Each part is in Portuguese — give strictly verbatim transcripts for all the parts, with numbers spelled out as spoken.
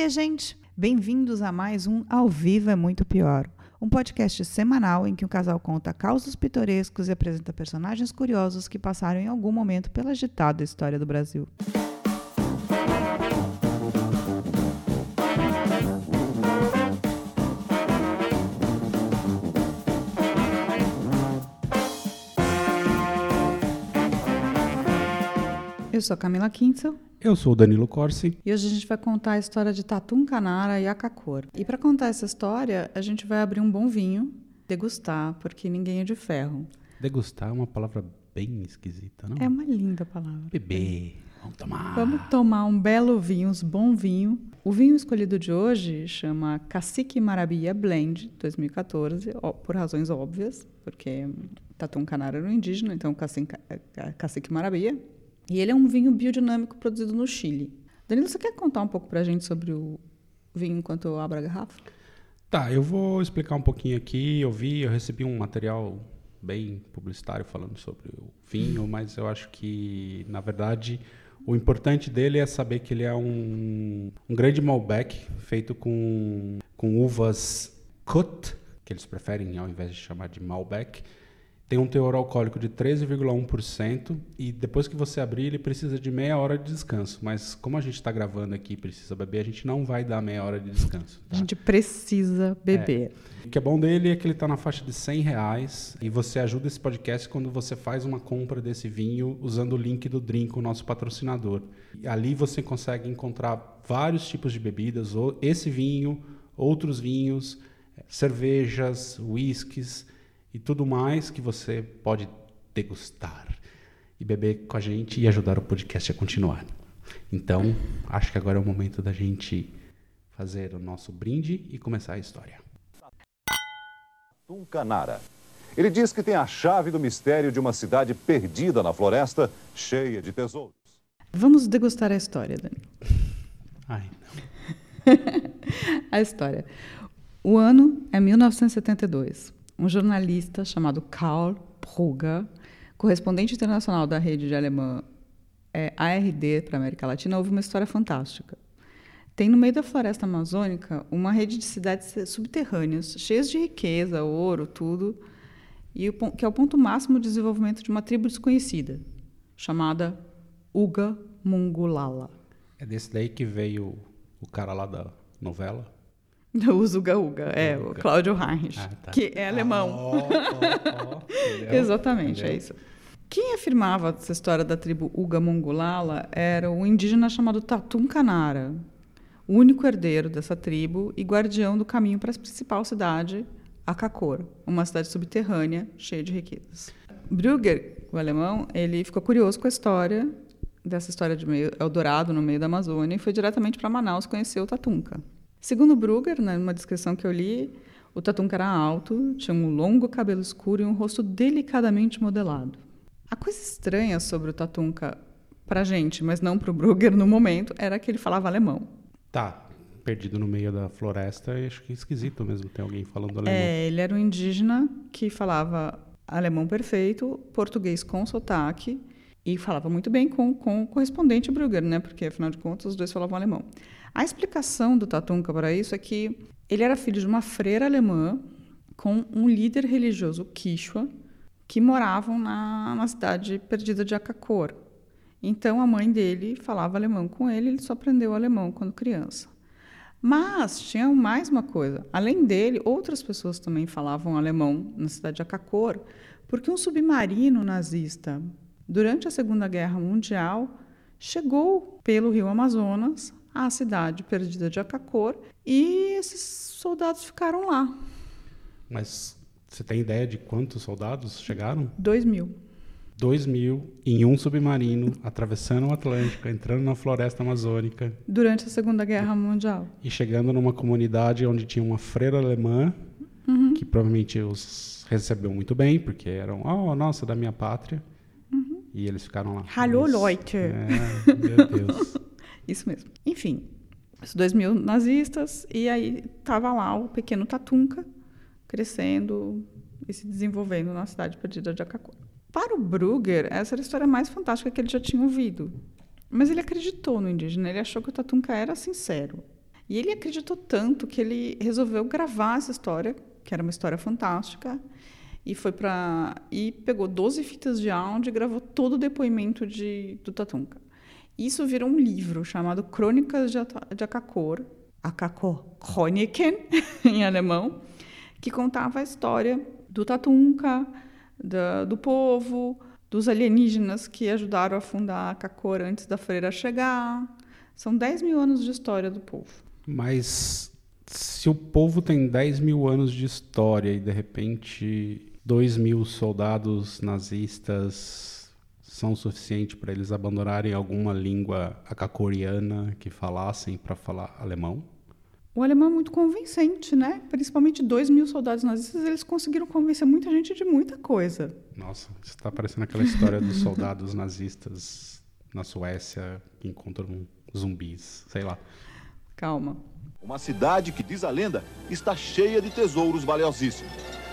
Oiê, gente! Bem-vindos a mais um Ao Vivo é Muito Pior, um podcast semanal em que o casal conta causos pitorescos e apresenta personagens curiosos que passaram em algum momento pela agitada história do Brasil. Eu sou a Camila Kintzel. Eu sou o Danilo Corsi. E hoje a gente vai contar a história de Tatum Canara e Akakor. E para contar essa história, a gente vai abrir um bom vinho, degustar, porque ninguém é de ferro. Degustar é uma palavra bem esquisita, não? É uma linda palavra. Beber, vamos tomar. Vamos tomar um belo vinho, um bom vinho. O vinho escolhido de hoje chama Cacique Marabia Blend, dois mil e catorze, ó, por razões óbvias, porque Tatum Canara era um indígena, então Cacique, Cacique Marabia. E ele é um vinho biodinâmico produzido no Chile. Danilo, você quer contar um pouco pra gente sobre o vinho enquanto eu abro a garrafa? Tá, eu vou explicar um pouquinho aqui. Eu vi, eu recebi um material bem publicitário falando sobre o vinho, mas eu acho que, na verdade, o importante dele é saber que ele é um, um grande Malbec feito com, com uvas Cut, que eles preferem ao invés de chamar de Malbec. Tem um teor alcoólico de treze vírgula um por cento e depois que você abrir, ele precisa de meia hora de descanso. Mas como a gente está gravando aqui e precisa beber, a gente não vai dar meia hora de descanso. Tá? A gente precisa beber. É. O que é bom dele é que ele está na faixa de cem reais e você ajuda esse podcast quando você faz uma compra desse vinho usando o link do Drink, o nosso patrocinador. E ali você consegue encontrar vários tipos de bebidas, esse vinho, outros vinhos, cervejas, whiskies e tudo mais que você pode degustar e beber com a gente e ajudar o podcast a continuar. Então, acho que agora é o momento da gente fazer o nosso brinde e começar a história. Tatum Canara. Ele diz que tem a chave do mistério de uma cidade perdida na floresta, cheia de tesouros. Vamos degustar a história, Dani. Ai, não. A história. O ano é mil novecentos e setenta e dois. Um jornalista chamado Karl Brugger, correspondente internacional da rede de alemã é, A R D para a América Latina, ouve uma história fantástica. Tem no meio da floresta amazônica uma rede de cidades subterrâneas, cheias de riqueza, ouro, tudo, e o, que é o ponto máximo de desenvolvimento de uma tribo desconhecida, chamada Uga Mungulala. É desse daí que veio o cara lá da novela? O Zuga Uga, é, o Cláudio Heinrich, ah, tá. que é alemão. Ah, oh, oh, oh, Exatamente, entendeu? É isso. Quem afirmava essa história da tribo Uga Mongolala era um indígena chamado Tatum Canara, o único herdeiro dessa tribo e guardião do caminho para a principal cidade, Akakor, uma cidade subterrânea cheia de riquezas. Brugger, o alemão, ele ficou curioso com a história dessa história de meio, Eldorado no meio da Amazônia e foi diretamente para Manaus conhecer o Tatumca. Segundo Brugger, né, numa descrição que eu li, o Tatumca era alto, tinha um longo cabelo escuro e um rosto delicadamente modelado. A coisa estranha sobre o Tatumca pra gente, mas não pro Brugger no momento, era que ele falava alemão. Tá, perdido no meio da floresta, acho que é esquisito mesmo ter alguém falando alemão. É, ele era um indígena que falava alemão perfeito, português com sotaque e falava muito bem com, com o correspondente Brugger, né, porque afinal de contas os dois falavam alemão. A explicação do Tatumca para isso é que ele era filho de uma freira alemã com um líder religioso quichua que moravam na, na cidade perdida de Akakor. Então, a mãe dele falava alemão com ele, ele só aprendeu alemão quando criança. Mas tinha mais uma coisa. Além dele, outras pessoas também falavam alemão na cidade de Akakor, porque um submarino nazista, durante a Segunda Guerra Mundial, chegou pelo rio Amazonas à cidade perdida de Akakor e esses soldados ficaram lá. Mas você tem ideia de quantos soldados chegaram? Dois mil. Dois mil em um submarino, atravessando o Atlântico, entrando na floresta amazônica. Durante a Segunda Guerra Mundial. E chegando numa comunidade onde tinha uma freira alemã, uhum. que provavelmente os recebeu muito bem, porque eram, oh, nossa, da minha pátria. Uhum. E eles ficaram lá. Hallo, Leute! É, meu Deus. Isso mesmo. Enfim, os dois mil nazistas, e aí estava lá o pequeno Tatumca, crescendo e se desenvolvendo na cidade perdida de Akakor. Para o Brugger, essa era a história mais fantástica que ele já tinha ouvido. Mas ele acreditou no indígena, ele achou que o Tatumca era sincero. E ele acreditou tanto que ele resolveu gravar essa história, que era uma história fantástica, e foi para e pegou doze fitas de áudio e gravou todo o depoimento de, do Tatunka. Isso virou um livro chamado Crônicas de, de Akakor, Akakor Chroniken, em alemão, que contava a história do Tatunka, da, do povo, dos alienígenas que ajudaram a fundar Akakor antes da freira chegar. São dez mil anos de história do povo. Mas se o povo tem dez mil anos de história e, de repente, dois mil soldados nazistas são o suficiente para eles abandonarem alguma língua akakoriana que falassem para falar alemão? O alemão é muito convincente, né? Principalmente dois mil soldados nazistas, eles conseguiram convencer muita gente de muita coisa. Nossa, isso está parecendo aquela história dos soldados nazistas na Suécia que encontram zumbis, sei lá. Calma. Uma cidade que, diz a lenda, está cheia de tesouros valiosíssimos.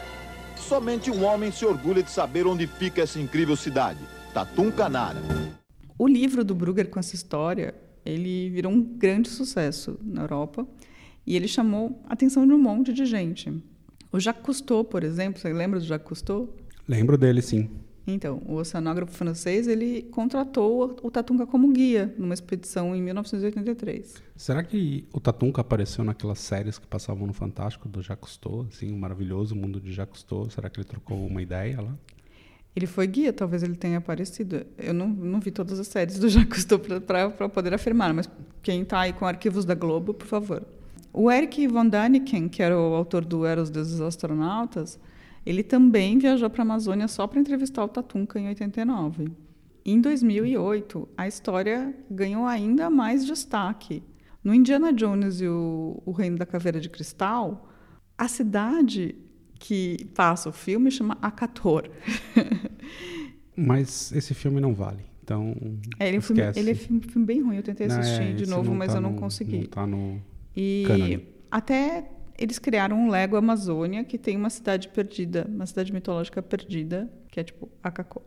Somente um homem se orgulha de saber onde fica essa incrível cidade, Tatunka Nara. O livro do Brugger com essa história, ele virou um grande sucesso na Europa e ele chamou a atenção de um monte de gente. O Jacques Cousteau, por exemplo, você lembra do Jacques Cousteau? Lembro dele, sim. Então, o oceanógrafo francês, ele contratou o Tatunka como guia numa expedição em mil novecentos e oitenta e três. Será que o Tatunka apareceu naquelas séries que passavam no Fantástico do Jacques Cousteau, assim, o maravilhoso mundo de Jacques Cousteau? Será que ele trocou uma ideia lá? Ele foi guia, talvez ele tenha aparecido. Eu não, não vi todas as séries do Jacques Cousteau para poder afirmar, mas quem está aí com arquivos da Globo, por favor. O Eric von Däniken, que era o autor do Eros dos Astronautas, ele também viajou para a Amazônia só para entrevistar o Tatunka em oitenta e nove. Em dois mil e oito, a história ganhou ainda mais destaque. No Indiana Jones e o, o Reino da Caveira de Cristal, a cidade que passa o filme chama Akator. Mas esse filme não vale, então é, ele, é um filme, esquece. ele é um filme bem ruim, eu tentei assistir não, é, de novo, mas tá eu não no, consegui. Não tá no e cânone. Até eles criaram um Lego Amazônia que tem uma cidade perdida, uma cidade mitológica perdida, que é tipo Akakor.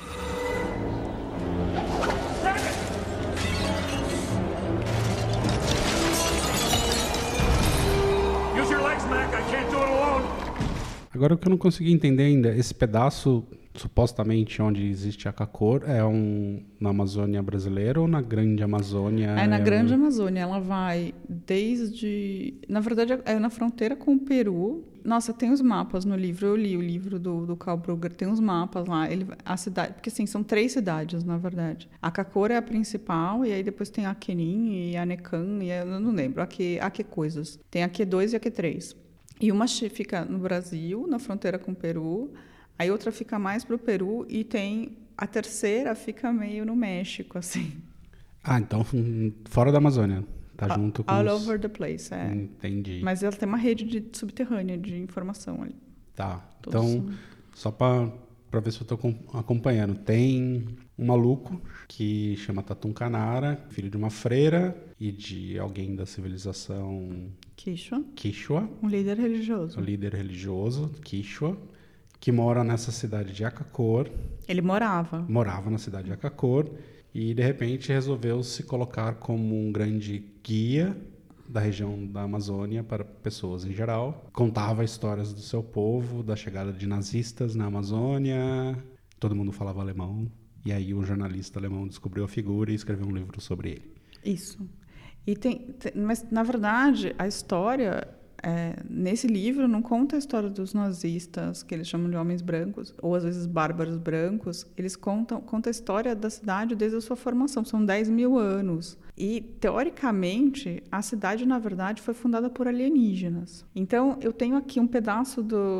Use your legs, Mac. I can't do it alone. Agora, o que eu não consegui entender ainda, esse pedaço, supostamente, onde existe Akakor, é um na Amazônia brasileira ou na Grande Amazônia? É na é Grande um... Amazônia. Ela vai desde... Na verdade, é na fronteira com o Peru. Nossa, tem os mapas no livro. Eu li o livro do, do Karl Brugger. Tem os mapas lá. Ele, a cidade... Porque, assim, são três cidades, na verdade. Akakor é a principal, e aí depois tem Akenin e Anecan, e eu não lembro. Aque, Aque coisas. Tem Aque dois e Aque três. E uma fica no Brasil, na fronteira com o Peru. Aí outra fica mais para o Peru e tem a terceira fica meio no México, assim. Ah, então fora da Amazônia, tá junto com All os... over the place, é. Entendi. Mas ela tem uma rede de subterrânea de informação ali. Tá, Todos então são... só para para ver se eu estou acompanhando. Tem um maluco que chama Tatunka Nara, filho de uma freira e de alguém da civilização Quichua. Quichua. Um líder religioso. Um líder religioso, Quichua, que mora nessa cidade de Akakor. Ele morava. Morava na cidade de Akakor e, de repente, resolveu se colocar como um grande guia da região da Amazônia para pessoas em geral. Contava histórias do seu povo, da chegada de nazistas na Amazônia. Todo mundo falava alemão. E aí o jornalista alemão descobriu a figura e escreveu um livro sobre ele. Isso. E tem, tem, mas, na verdade, a história... É, nesse livro não conta a história dos nazistas, que eles chamam de homens brancos, ou às vezes bárbaros brancos. Eles contam, contam a história da cidade desde a sua formação. São dez mil anos. E, teoricamente, a cidade, na verdade, foi fundada por alienígenas. Então, eu tenho aqui um pedaço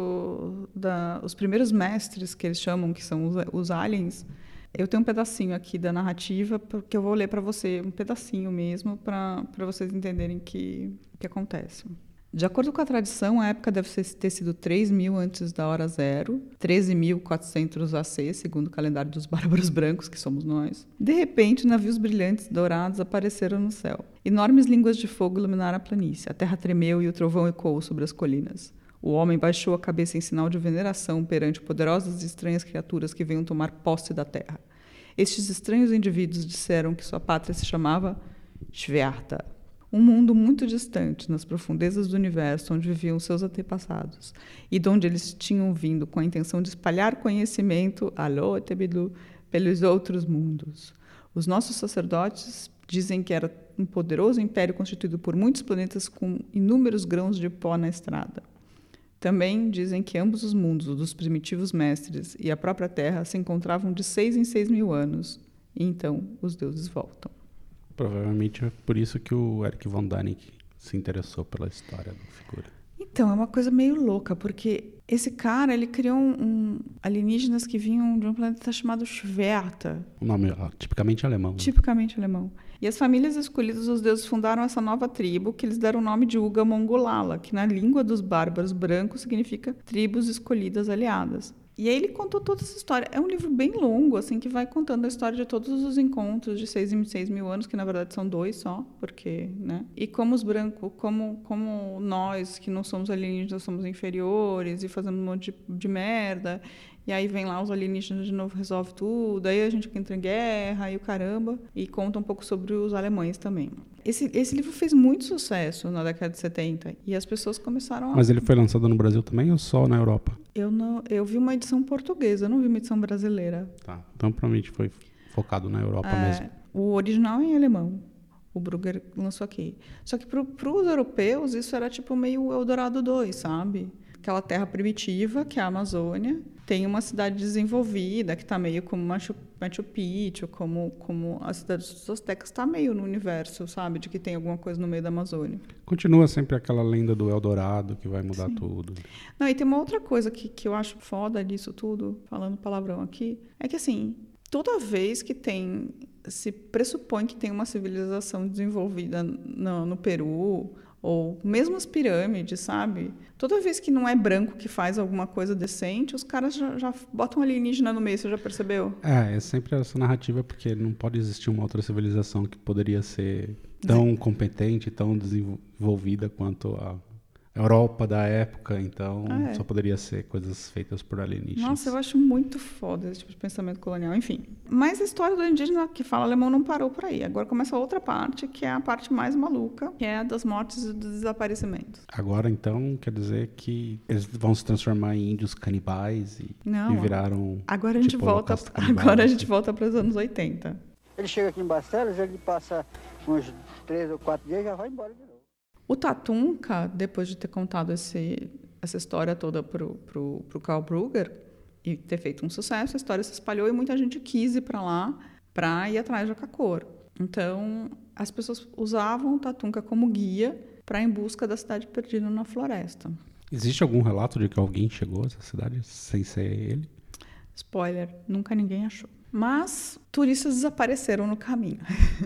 dos da, os primeiros mestres, que eles chamam, que são os, os aliens. Eu tenho um pedacinho aqui da narrativa, que eu vou ler para você, um pedacinho mesmo, para vocês entenderem que, o que acontece. De acordo com a tradição, a época deve ter sido três mil antes da hora zero, treze mil e quatrocentos A C, segundo o calendário dos bárbaros brancos, que somos nós. De repente, navios brilhantes dourados apareceram no céu. Enormes línguas de fogo iluminaram a planície. A terra tremeu e o trovão ecoou sobre as colinas. O homem baixou a cabeça em sinal de veneração perante poderosas e estranhas criaturas que venham tomar posse da terra. Estes estranhos indivíduos disseram que sua pátria se chamava Schwerta. Um mundo muito distante, nas profundezas do universo, onde viviam seus antepassados, e de onde eles tinham vindo com a intenção de espalhar conhecimento, alô, Tebilu, pelos outros mundos. Os nossos sacerdotes dizem que era um poderoso império constituído por muitos planetas com inúmeros grãos de pó na estrada. Também dizem que ambos os mundos, o dos primitivos mestres e a própria Terra, se encontravam de seis em seis mil anos. E então os deuses voltam. Provavelmente é por isso que o Eric von Däniken se interessou pela história da figura. Então, é uma coisa meio louca, porque esse cara, ele criou um, um alienígenas que vinham de um planeta chamado Schwerta. O nome é tipicamente alemão. Né? Tipicamente alemão. E as famílias escolhidas dos deuses fundaram essa nova tribo, que eles deram o nome de Uga Mongolala, que na língua dos bárbaros brancos significa tribos escolhidas aliadas. E aí ele contou toda essa história. É um livro bem longo, assim, que vai contando a história de todos os encontros de seis em seis mil anos, que na verdade são dois só, porque, né? E como os brancos, como, como nós, que não somos alienígenas, somos inferiores, e fazendo um monte de, de merda. E aí vem lá os alienígenas de novo, resolve tudo. Aí a gente entra em guerra e o caramba. E conta um pouco sobre os alemães também. Esse, esse livro fez muito sucesso na década de setenta. E as pessoas começaram a... Mas ele foi lançado no Brasil também ou só na Europa? Eu, não, eu vi uma edição portuguesa, eu não vi uma edição brasileira. Tá, então provavelmente foi focado na Europa é, mesmo. O original é em alemão. O Brugger lançou aqui. Só que para os europeus isso era tipo meio Eldorado dois, sabe? Aquela terra primitiva, que é a Amazônia, tem uma cidade desenvolvida, que está meio como Machu, Machu Picchu, como, como a cidade dos Aztecas, está meio no universo, sabe? De que tem alguma coisa no meio da Amazônia. Continua sempre aquela lenda do Eldorado, que vai mudar Sim. tudo. Não, e tem uma outra coisa que, que eu acho foda disso tudo, falando palavrão aqui, é que, assim, toda vez que tem... se pressupõe que tem uma civilização desenvolvida no, no Peru... ou mesmo as pirâmides, sabe? Toda vez que não é branco que faz alguma coisa decente, os caras já, já botam alienígena no meio, você já percebeu? É, é sempre essa narrativa, porque não pode existir uma outra civilização que poderia ser tão é. competente, tão desenvolvida quanto a Europa da época, então ah, é. só poderia ser coisas feitas por alienígenas. Nossa, eu acho muito foda esse tipo de pensamento colonial, enfim. Mas a história do indígena que fala alemão não parou por aí. Agora começa a outra parte, que é a parte mais maluca, que é a das mortes e dos desaparecimentos. Agora, então, quer dizer que eles vão se transformar em índios canibais e, não, e viraram... Agora a gente tipo, volta, agora a gente volta para os anos oitenta. Ele chega aqui em Barcelos, ele passa uns três ou quatro dias e já vai embora de novo. O Tatunka, depois de ter contado esse, essa história toda para o Karl Brugger e ter feito um sucesso, a história se espalhou e muita gente quis ir para lá para ir atrás de Akakor. Então, as pessoas usavam o Tatunka como guia para ir em busca da cidade perdida na floresta. Existe algum relato de que alguém chegou a essa cidade sem ser ele? Spoiler, nunca ninguém achou. Mas turistas desapareceram no caminho.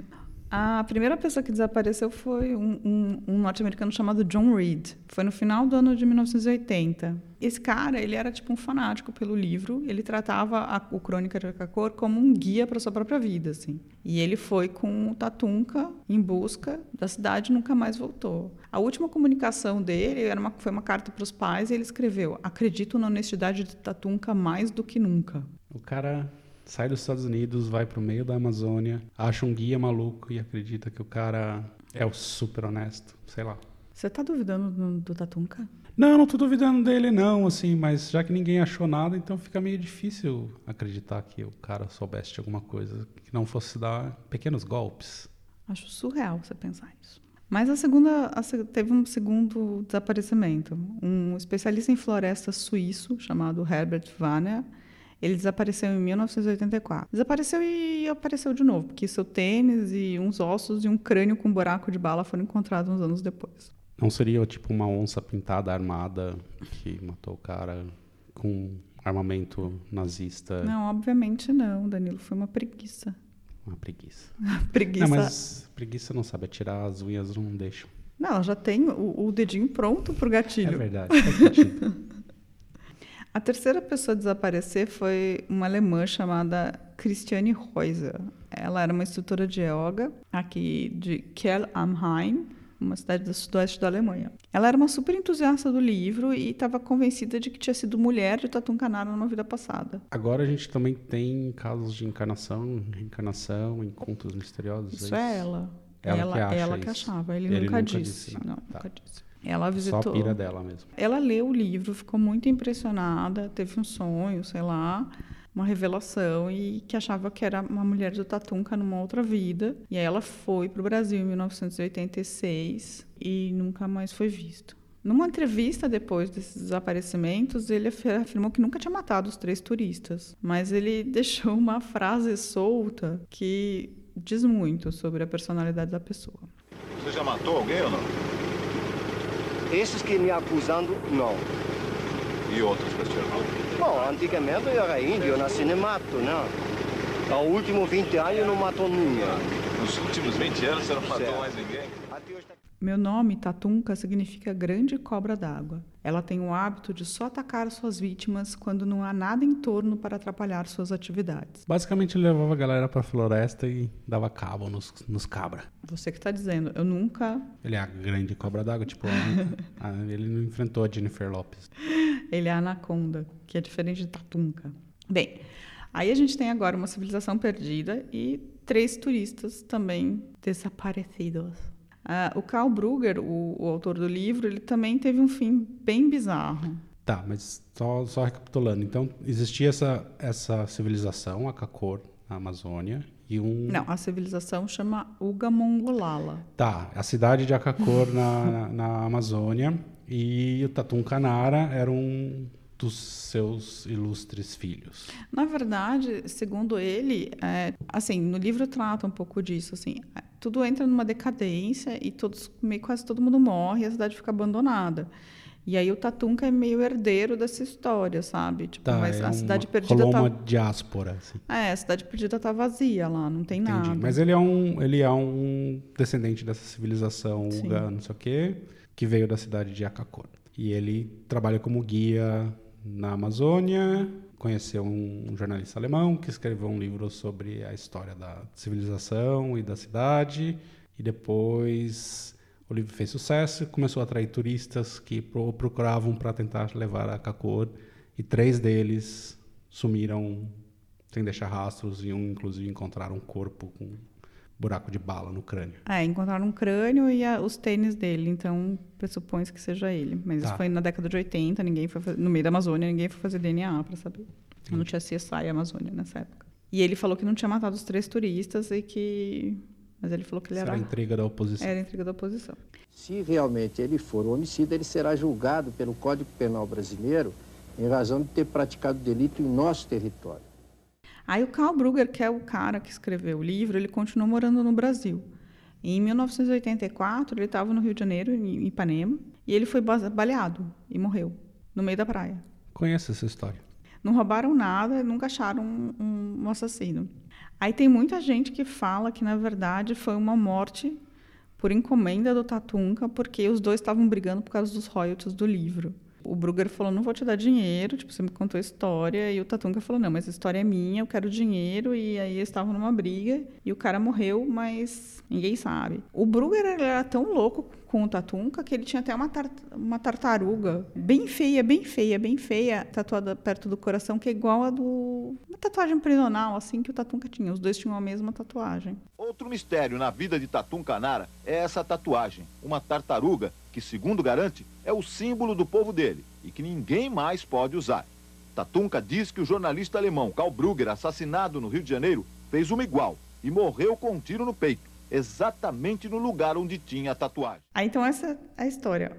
A primeira pessoa que desapareceu foi um, um, um norte-americano chamado John Reed. Foi no final do ano de mil novecentos e oitenta. Esse cara, ele era tipo um fanático pelo livro. Ele tratava a, o Crônica de Akakor como um guia para sua própria vida, assim. E ele foi com o Tatunka em busca da cidade e nunca mais voltou. A última comunicação dele era uma, foi uma carta para os pais e ele escreveu: acredito na honestidade de Tatunka mais do que nunca. O cara... sai dos Estados Unidos, vai pro meio da Amazônia, acha um guia maluco e acredita que o cara é o super honesto, sei lá. Você tá duvidando do, do Tatunka? Não, não tô duvidando dele não, assim, mas já que ninguém achou nada, então fica meio difícil acreditar que o cara soubesse de alguma coisa, que não fosse dar pequenos golpes. Acho surreal você pensar isso. Mas a segunda, a, teve um segundo desaparecimento. Um especialista em florestas suíço, chamado Herbert Wanner. Ele desapareceu em mil novecentos e oitenta e quatro. Desapareceu e apareceu de novo, porque seu tênis e uns ossos e um crânio com um buraco de bala foram encontrados uns anos depois. Não seria tipo uma onça pintada armada que matou o cara com armamento nazista? Não, obviamente não, Danilo. Foi uma preguiça. Uma preguiça. preguiça. Não, mas preguiça não sabe atirar, as unhas não deixam. Não, ela já tem o, o dedinho pronto pro gatilho. É verdade, faz sentido. A terceira pessoa a desaparecer foi uma alemã chamada Christiane Reuser. Ela era uma instrutora de yoga aqui de Kiel am Rhein, uma cidade do sudoeste da Alemanha. Ela era uma super entusiasta do livro e estava convencida de que tinha sido mulher de Tatunkanara numa vida passada. Agora a gente também tem casos de encarnação, reencarnação, encontros misteriosos. Isso é, é ela. Ela, ela que acha ela isso. que achava, ele, ele nunca, nunca disse. disse nada. Não, Tá. nunca disse. Ela visitou. Só a pira dela mesmo. Ela leu o livro, ficou muito impressionada, teve um sonho, sei lá, uma revelação, e que achava que era uma mulher do Tatunka numa outra vida. E aí ela foi para o Brasil em mil novecentos e oitenta e seis e nunca mais foi vista. Numa entrevista depois desses desaparecimentos, ele afirmou que nunca tinha matado os três turistas, mas ele deixou uma frase solta que diz muito sobre a personalidade da pessoa. Você já matou alguém ou não? Esses que me acusando, não. E outros, Cristiano? Bom, antigamente eu era índio, eu nasci no mato, né? Há últimos vinte anos não matou ninguém. Nos últimos vinte anos você não matou Certo. mais ninguém? Até hoje tá- Meu nome, Tatunka, significa grande cobra d'água. Ela tem o hábito de só atacar suas vítimas quando não há nada em torno para atrapalhar suas atividades. Basicamente, ele levava a galera pra floresta e dava cabo nos, nos cabra. Você que está dizendo, eu nunca... Ele é a grande cobra d'água, tipo, a- a- ele não enfrentou a Jennifer Lopez. Ele é a anaconda, que é diferente de Tatunka. Bem, aí a gente tem agora uma civilização perdida e três turistas também desaparecidos. Ah, o Karl Brugger, o, o autor do livro, ele também teve um fim bem bizarro. Tá, mas só, só recapitulando. Então, existia essa, essa civilização, a Kakor, na Amazônia, e um... Não, a civilização chama Uga Mongolala. Tá, a cidade de Akakor na, na Amazônia, e o Tatunka Nara era um dos seus ilustres filhos. Na verdade, segundo ele, é, assim, no livro trata um pouco disso, assim, tudo entra numa decadência e todos, meio, quase todo mundo morre e a cidade fica abandonada. E aí o Tatunka é meio herdeiro dessa história, sabe? Tipo, Tá, mas é a cidade uma, perdida rolou tá... uma diáspora, assim. É, a cidade perdida tá vazia lá, não tem Entendi. nada. Mas ele é um, ele é um descendente dessa civilização Sim. Uga, não sei o quê, que veio da cidade de Akakor. E ele trabalha como guia na Amazônia, conheceu um jornalista alemão que escreveu um livro sobre a história da civilização e da cidade, e depois o livro fez sucesso e começou a atrair turistas que pro- procuravam para tentar levar a Akakor, e três deles sumiram sem deixar rastros, e um inclusive encontraram um corpo com buraco de bala no crânio. É, encontraram um crânio e a- os tênis dele, então pressupõe-se que seja ele. Mas Tá. isso foi na década de oitenta, ninguém foi fazer, no meio da Amazônia, ninguém foi fazer D N A para saber. Não tinha C S I Amazônia nessa época. E ele falou que não tinha matado os três turistas e que... Mas ele falou que ele Isso era... era a intriga da oposição. Era intriga da oposição. Se realmente ele for um homicida, ele será julgado pelo Código Penal brasileiro em razão de ter praticado delito em nosso território. Aí o Karl Brugger, que é o cara que escreveu o livro, ele continuou morando no Brasil. E em mil novecentos e oitenta e quatro, ele estava no Rio de Janeiro, em Ipanema, e ele foi base- baleado e morreu no meio da praia. Conheço essa história. Não roubaram nada, nunca acharam um, um, um assassino. Aí tem muita gente que fala que, na verdade, foi uma morte por encomenda do Tatunka, porque os dois estavam brigando por causa dos royalties do livro. O Brugger falou, não vou te dar dinheiro, tipo, você me contou a história, e o Tatunka falou, não, mas a história é minha, eu quero dinheiro, e aí eles estavam numa briga, e o cara morreu, mas ninguém sabe. O Brugger ele era tão louco com o Tatunka que ele tinha até uma, tar uma tartaruga bem feia, bem feia, bem feia, tatuada perto do coração, que é igual a do... uma tatuagem prisional, assim, que o Tatunka tinha. Os dois tinham a mesma tatuagem. Outro mistério na vida de Tatunka Nara é essa tatuagem, uma tartaruga que, segundo garante, é o símbolo do povo dele e que ninguém mais pode usar. Tatunka diz que o jornalista alemão Karl Brugger, assassinado no Rio de Janeiro, fez uma igual e morreu com um tiro no peito, exatamente no lugar onde tinha a tatuagem. Aí, então, essa é a história.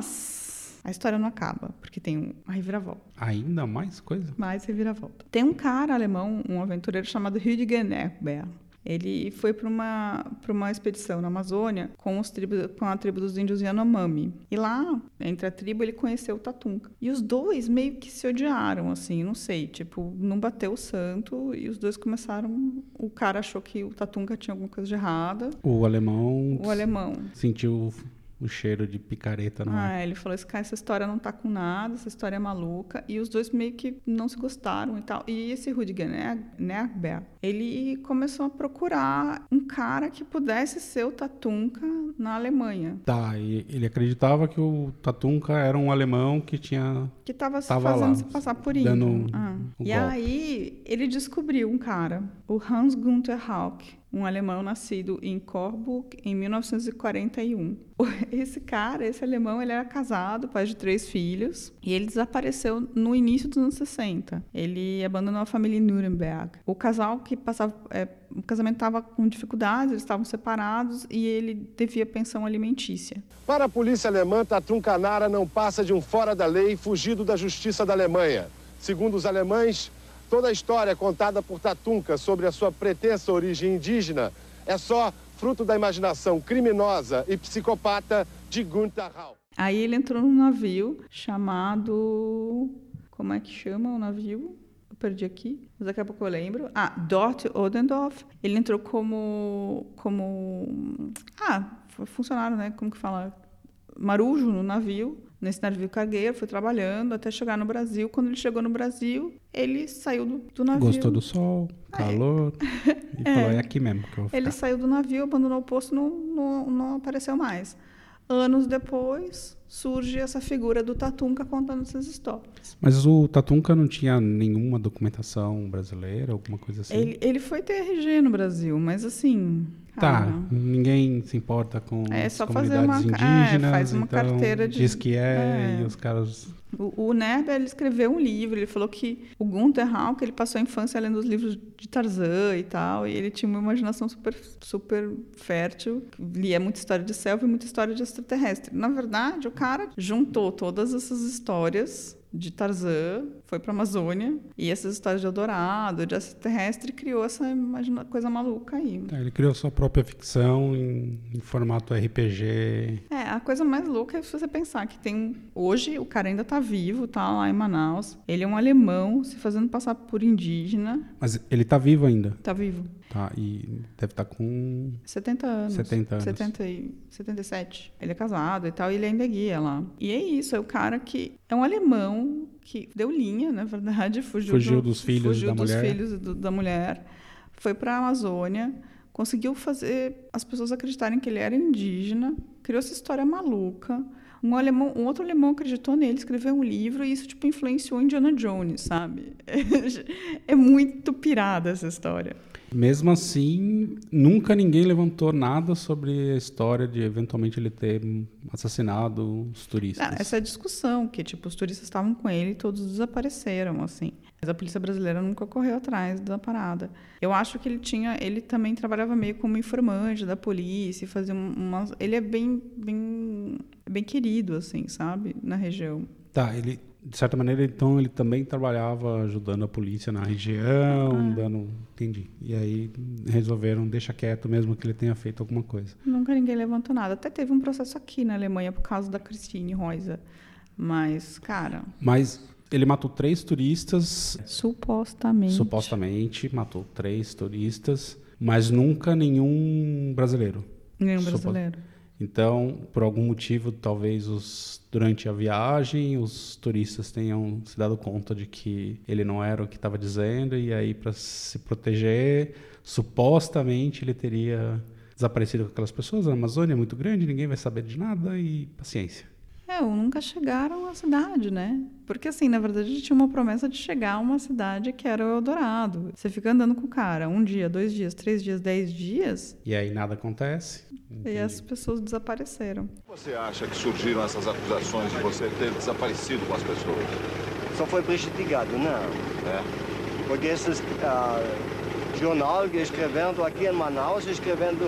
Mas a história não acaba, porque tem uma reviravolta. Ainda mais coisa? Mais reviravolta. Tem um cara alemão, um aventureiro chamado Rüdiger Nerber. Ele foi para uma, para uma expedição na Amazônia com, os tribos, com a tribo dos índios Yanomami. E lá, entre a tribo, ele conheceu o Tatunka. E os dois meio que se odiaram, assim, não sei. Tipo, não bateu o santo e os dois começaram... O cara achou que o Tatunka tinha alguma coisa de errada. O alemão... O alemão. Sentiu o cheiro de picareta, não é? Ah, ele falou, esse cara, essa história não tá com nada, essa história é maluca. E os dois meio que não se gostaram e tal. E esse Rüdiger Nerber, ele começou a procurar um cara que pudesse ser o Tatunka na Alemanha. Tá, e ele acreditava que o Tatunka era um alemão que tinha... Que tava, Tava fazendo lá, se passar por dando índio. Ah. o E golpe. aí, ele descobriu um cara, o Hans Günther Hauck, um alemão nascido em Coburg em mil novecentos e quarenta e um. Esse cara, esse alemão, ele era casado, pai de três filhos, e ele desapareceu no início dos anos sessenta. Ele abandonou a família em Nuremberg. O casal que passava... É, o casamento estava com dificuldades, eles estavam separados e ele devia pensão alimentícia. Para a polícia alemã, Tatum Canara não passa de um fora da lei fugido da justiça da Alemanha. Segundo os alemães, toda a história contada por Tatunka sobre a sua pretensa origem indígena é só fruto da imaginação criminosa e psicopata de Günther Rauch. Aí ele entrou num navio chamado... Como é que chama o navio? Eu perdi aqui, mas daqui a pouco eu lembro. Ah, Dort Oldendorf. Ele entrou como... como ah, funcionário, né? Como que fala? Marujo no navio. Nesse navio cargueiro, foi trabalhando até chegar no Brasil. Quando ele chegou no Brasil, ele saiu do, do navio. Gostou do sol, calor, e é. falou, é aqui mesmo que eu vou ficar. Ele saiu do navio, abandonou o posto, não, não, não apareceu mais. Anos depois, surge essa figura do Tatunka contando essas histórias. Mas o Tatunka não tinha nenhuma documentação brasileira, alguma coisa assim? Ele, ele foi ter R G no Brasil, mas assim... Tá, ah, ninguém se importa com é as só comunidades fazer uma, indígenas, é, faz uma então carteira de... diz que é, é. e os caras... O, o Nerber, ele escreveu um livro, ele falou que o Günther Rauch, ele passou a infância lendo os livros de Tarzan e tal, e ele tinha uma imaginação super, super fértil, lia muita história de selva e muita história de extraterrestre. Na verdade, o cara juntou todas essas histórias de Tarzan, foi para a Amazônia, e essas histórias de Eldorado, de extraterrestre, criou essa imagina, coisa maluca aí. É, ele criou sua própria ficção em, em formato R P G. É, a coisa mais louca é se você pensar que tem... Hoje, o cara ainda tá vivo, tá lá em Manaus. Ele é um alemão se fazendo passar por indígena. Mas ele tá vivo ainda? Tá vivo. Tá, e deve estar tá com... setenta anos. setenta anos. setenta e, setenta e sete. Ele é casado e tal, e ele ainda guia lá. E é isso, é o cara que... É um alemão que deu linha, na verdade. Fugiu, fugiu do, dos filhos fugiu da dos mulher. filhos do, da mulher. Foi para a Amazônia. Conseguiu fazer as pessoas acreditarem que ele era indígena. Criou essa história maluca. Um, alemão, um outro alemão acreditou nele, escreveu um livro e isso tipo, influenciou Indiana Jones, sabe? É muito pirada essa história. Mesmo assim, nunca ninguém levantou nada sobre a história de eventualmente ele ter assassinado os turistas. Ah, essa é a discussão, que tipo, os turistas estavam com ele e todos desapareceram, assim. Mas a polícia brasileira nunca correu atrás da parada. Eu acho que ele tinha, ele também trabalhava meio como informante da polícia, fazia umas, ele é bem, bem, bem querido, assim, sabe, na região. Tá, ele de certa maneira, então, ele também trabalhava ajudando a polícia na região, ah. dando... Entendi. E aí resolveram, deixa quieto mesmo que ele tenha feito alguma coisa. Nunca ninguém levantou nada. Até teve um processo aqui na Alemanha por causa da Christine Reuser. Mas, cara... Mas ele matou três turistas... Supostamente. Supostamente, matou três turistas, mas nunca nenhum brasileiro. Nenhum brasileiro. Supo... Então, por algum motivo, talvez os, durante a viagem, os turistas tenham se dado conta de que ele não era o que estava dizendo, e aí, para se proteger, supostamente ele teria desaparecido com aquelas pessoas. A Amazônia é muito grande, ninguém vai saber de nada e paciência. É, ou nunca chegaram à cidade, né? Porque, assim, na verdade, tinha uma promessa de chegar a uma cidade que era o Eldorado. Você fica andando com o cara um dia, dois dias, três dias, dez dias... E aí nada acontece. E e as pessoas desapareceram. Você acha que surgiram essas acusações de você ter desaparecido com as pessoas? Só foi prejudicado, não. É? Porque esses uh, jornal escrevendo aqui em Manaus, escrevendo...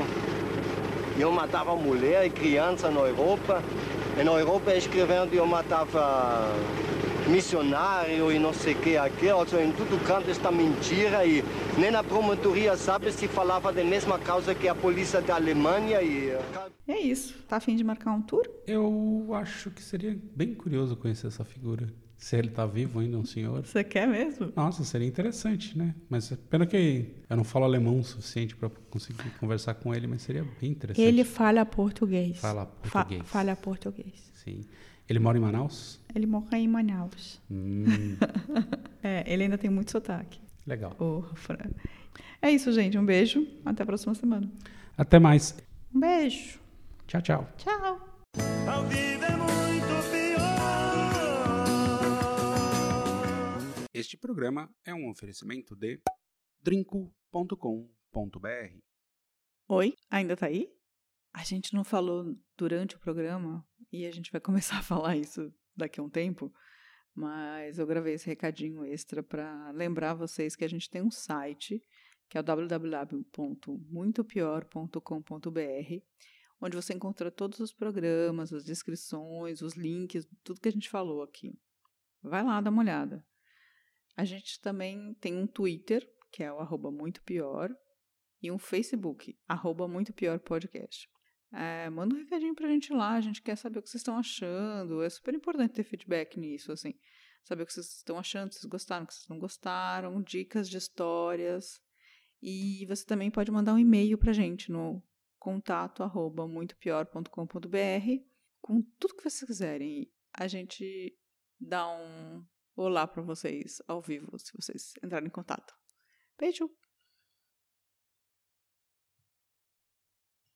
Eu matava mulher e criança na Europa... Na Europa, escrevendo, eu matava missionário e não sei o que aqui. Also, em todo canto esta mentira e nem a promotoria sabe se falava da mesma causa que a polícia da Alemanha. E é isso. Tá a fim de marcar um tour? Eu acho que seria bem curioso conhecer essa figura. Se ele tá vivo ainda, um senhor. Você quer mesmo? Nossa, seria interessante, né? Mas pena que eu não falo alemão o suficiente para conseguir conversar com ele, mas seria bem interessante. Ele fala português. Fala português. Fa- fala português. Sim. Ele mora em Manaus? Ele mora em Manaus. Hum. É, ele ainda tem muito sotaque. Legal. Oh, é isso, gente. Um beijo. Até a próxima semana. Até mais. Um beijo. Tchau, tchau. Tchau. A vida é muito pior. Este programa é um oferecimento de drinco ponto com ponto br. Oi, ainda tá aí? A gente não falou durante o programa e a gente vai começar a falar isso daqui a um tempo, mas eu gravei esse recadinho extra para lembrar vocês que a gente tem um site, que é o w w w ponto muito pior ponto com ponto b r, onde você encontra todos os programas, as descrições, os links, tudo que a gente falou aqui. Vai lá, dá uma olhada. A gente também tem um Twitter, que é o arroba muito pior, e um Facebook, arroba muito pior podcast. É, manda um recadinho pra gente lá, a gente quer saber o que vocês estão achando. É super importante ter feedback nisso, assim. Saber o que vocês estão achando, se vocês gostaram, o que vocês não gostaram, dicas de histórias. E você também pode mandar um e-mail pra gente no contato arroba muito pior ponto com ponto b r com tudo que vocês quiserem. A gente dá um olá pra vocês ao vivo, se vocês entrarem em contato. Beijo!